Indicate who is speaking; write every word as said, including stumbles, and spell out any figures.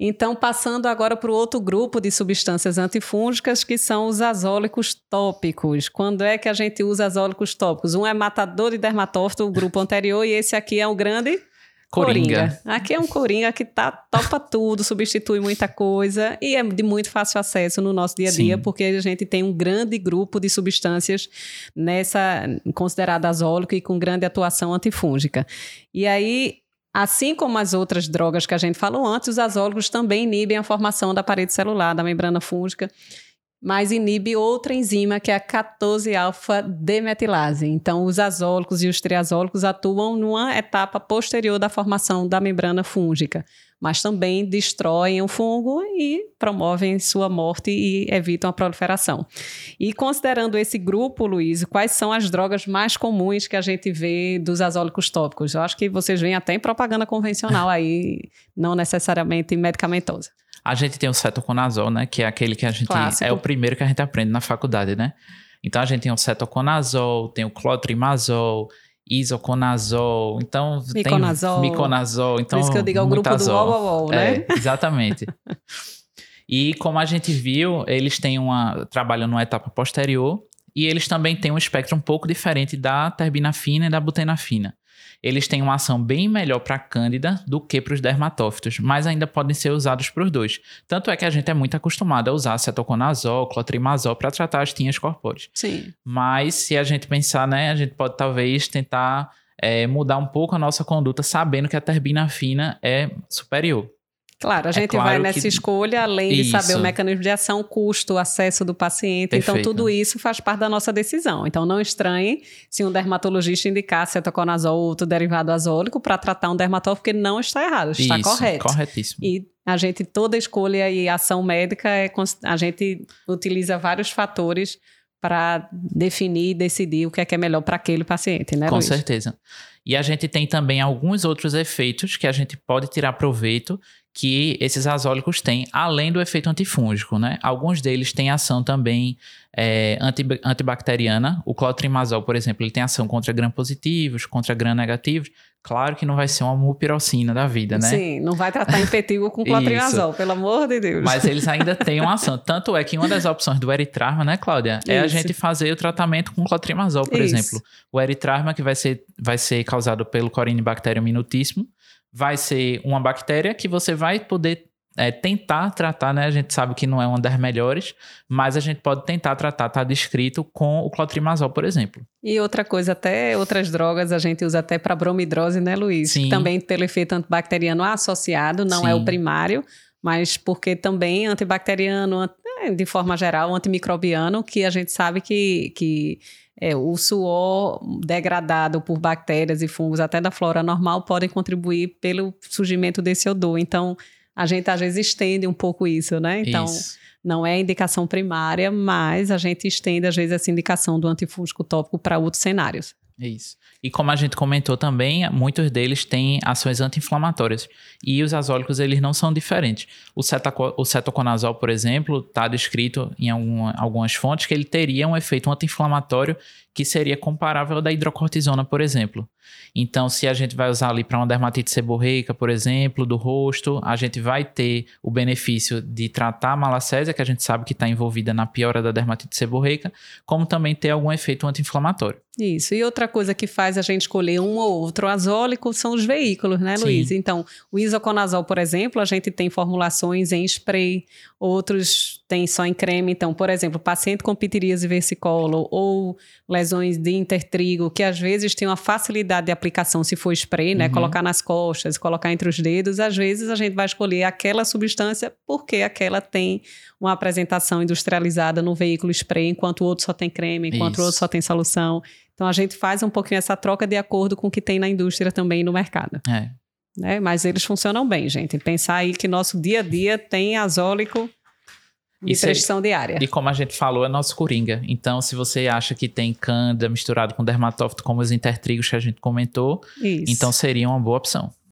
Speaker 1: Então, passando agora para o outro grupo de substâncias antifúngicas, que são os azólicos tópicos. Quando é que a gente usa azólicos tópicos? Um é matador de dermatófito, o grupo anterior, e esse aqui é o grande coringa. coringa. Aqui é um coringa que tá, topa tudo, substitui muita coisa e é de muito fácil acesso no nosso dia a dia, Sim. porque a gente tem um grande grupo de substâncias nessa considerada azólico e com grande atuação antifúngica. E aí, assim como as outras drogas que a gente falou antes, os azólicos também inibem a formação da parede celular, da membrana fúngica, mas inibe outra enzima, que é a quatorze alfa demetilase. Então, os azólicos e os triazólicos atuam numa etapa posterior da formação da membrana fúngica, mas também destroem o fungo e promovem sua morte e evitam a proliferação. E considerando esse grupo, Luiz, quais são as drogas mais comuns que a gente vê dos azólicos tópicos? Eu acho que vocês veem até em propaganda convencional aí, não necessariamente medicamentosa.
Speaker 2: A gente tem o cetoconazol, né? Que é aquele que a gente... Clássico. É o primeiro que a gente aprende na faculdade, né? Então, a gente tem o cetoconazol, tem o clotrimazol, isoconazol, então...
Speaker 1: Miconazol.
Speaker 2: Tem miconazol. Então,
Speaker 1: por isso que eu digo, é o grupo azol. do uau, né?
Speaker 2: É, exatamente. E como a gente viu, eles têm uma... trabalham numa etapa posterior e eles também têm um espectro um pouco diferente da terbinafina e da butenafina. Eles têm uma ação bem melhor para a cândida do que para os dermatófitos, mas ainda podem ser usados para os dois. Tanto é que a gente é muito acostumado a usar cetoconazol, clotrimazol para tratar as tinhas corpóreas.
Speaker 1: Sim.
Speaker 2: Mas se a gente pensar, né, a gente pode talvez tentar é, mudar um pouco a nossa conduta sabendo que a terbinafina é superior.
Speaker 1: Claro, a gente é claro vai nessa que... escolha, além de isso. saber o mecanismo de ação, custo, acesso do paciente. Perfeito. Então, tudo isso faz parte da nossa decisão. Então, não estranhe se um dermatologista indicar cetoconazol ou outro derivado azólico para tratar um dermatófito, porque não está errado, está
Speaker 2: isso,
Speaker 1: correto.
Speaker 2: Corretíssimo.
Speaker 1: E a gente, toda escolha e ação médica, é, a gente utiliza vários fatores para definir e decidir o que é que é melhor para aquele paciente, né,
Speaker 2: Com
Speaker 1: Luiz?
Speaker 2: certeza. E a gente tem também alguns outros efeitos que a gente pode tirar proveito que esses azólicos têm, além do efeito antifúngico, né? Alguns deles têm ação também é, anti, antibacteriana. O clotrimazol, por exemplo, ele tem ação contra gram-positivos, contra gram-negativos. Claro que não vai ser uma mupirocina da vida, né?
Speaker 1: Sim, não vai tratar impetigo com clotrimazol, pelo amor de Deus.
Speaker 2: Mas eles ainda têm uma ação. Tanto é que uma das opções do eritrarma, né, Cláudia? É Isso. a gente fazer o tratamento com clotrimazol, por Isso. exemplo. O eritrarma, que vai ser, vai ser causado pelo Corynebacterium minutissimum, vai ser uma bactéria que você vai poder é, tentar tratar, né? A gente sabe que não é uma das melhores, mas a gente pode tentar tratar, tá descrito com o clotrimazol, por exemplo.
Speaker 1: E outra coisa, até outras drogas a gente usa até para bromidrose, né, Luiz?
Speaker 2: Sim.
Speaker 1: Também pelo efeito antibacteriano associado, não Sim. é o primário, mas porque também antibacteriano, de forma geral, antimicrobiano, que a gente sabe que... que É, o suor degradado por bactérias e fungos até da flora normal podem contribuir pelo surgimento desse odor. Então, a gente às vezes estende um pouco isso, né? Então, isso. não é indicação primária, mas a gente estende às vezes essa indicação do antifúngico tópico para outros cenários.
Speaker 2: Isso. E como a gente comentou também, muitos deles têm ações anti-inflamatórias. E os azólicos, eles não são diferentes. O, cetaco, o cetoconazol, por exemplo, está descrito em alguma, algumas fontes que ele teria um efeito anti-inflamatório que seria comparável ao da hidrocortisona, por exemplo. Então, se a gente vai usar ali para uma dermatite seborreica, por exemplo, do rosto, a gente vai ter o benefício de tratar a malacésia, que a gente sabe que está envolvida na piora da dermatite seborreica, como também ter algum efeito anti-inflamatório.
Speaker 1: Isso. E outra coisa que faz a gente escolher um ou outro azólico são os veículos, né, Luiz? Sim. Então, o isoconazol, por exemplo, a gente tem formulações em spray, outros tem só em creme. Então, por exemplo, paciente com pitiríase versicolor ou lesões de intertrigo, que às vezes tem uma facilidade de aplicação se for spray, né? Uhum. Colocar nas costas, colocar entre os dedos. Às vezes a gente vai escolher aquela substância porque aquela tem uma apresentação industrializada no veículo spray, enquanto o outro só tem creme, enquanto Isso. o outro só tem solução. Então, a gente faz um pouquinho essa troca de acordo com o que tem na indústria também no mercado.
Speaker 2: É.
Speaker 1: Né? Mas eles funcionam bem, gente. Pensar aí que nosso dia a dia tem azólico de prescrição diária.
Speaker 2: E como a gente falou, é nosso coringa. Então, se você acha que tem cândida misturado com dermatófito, como os intertrigos que a gente comentou, Isso. então seria uma boa opção.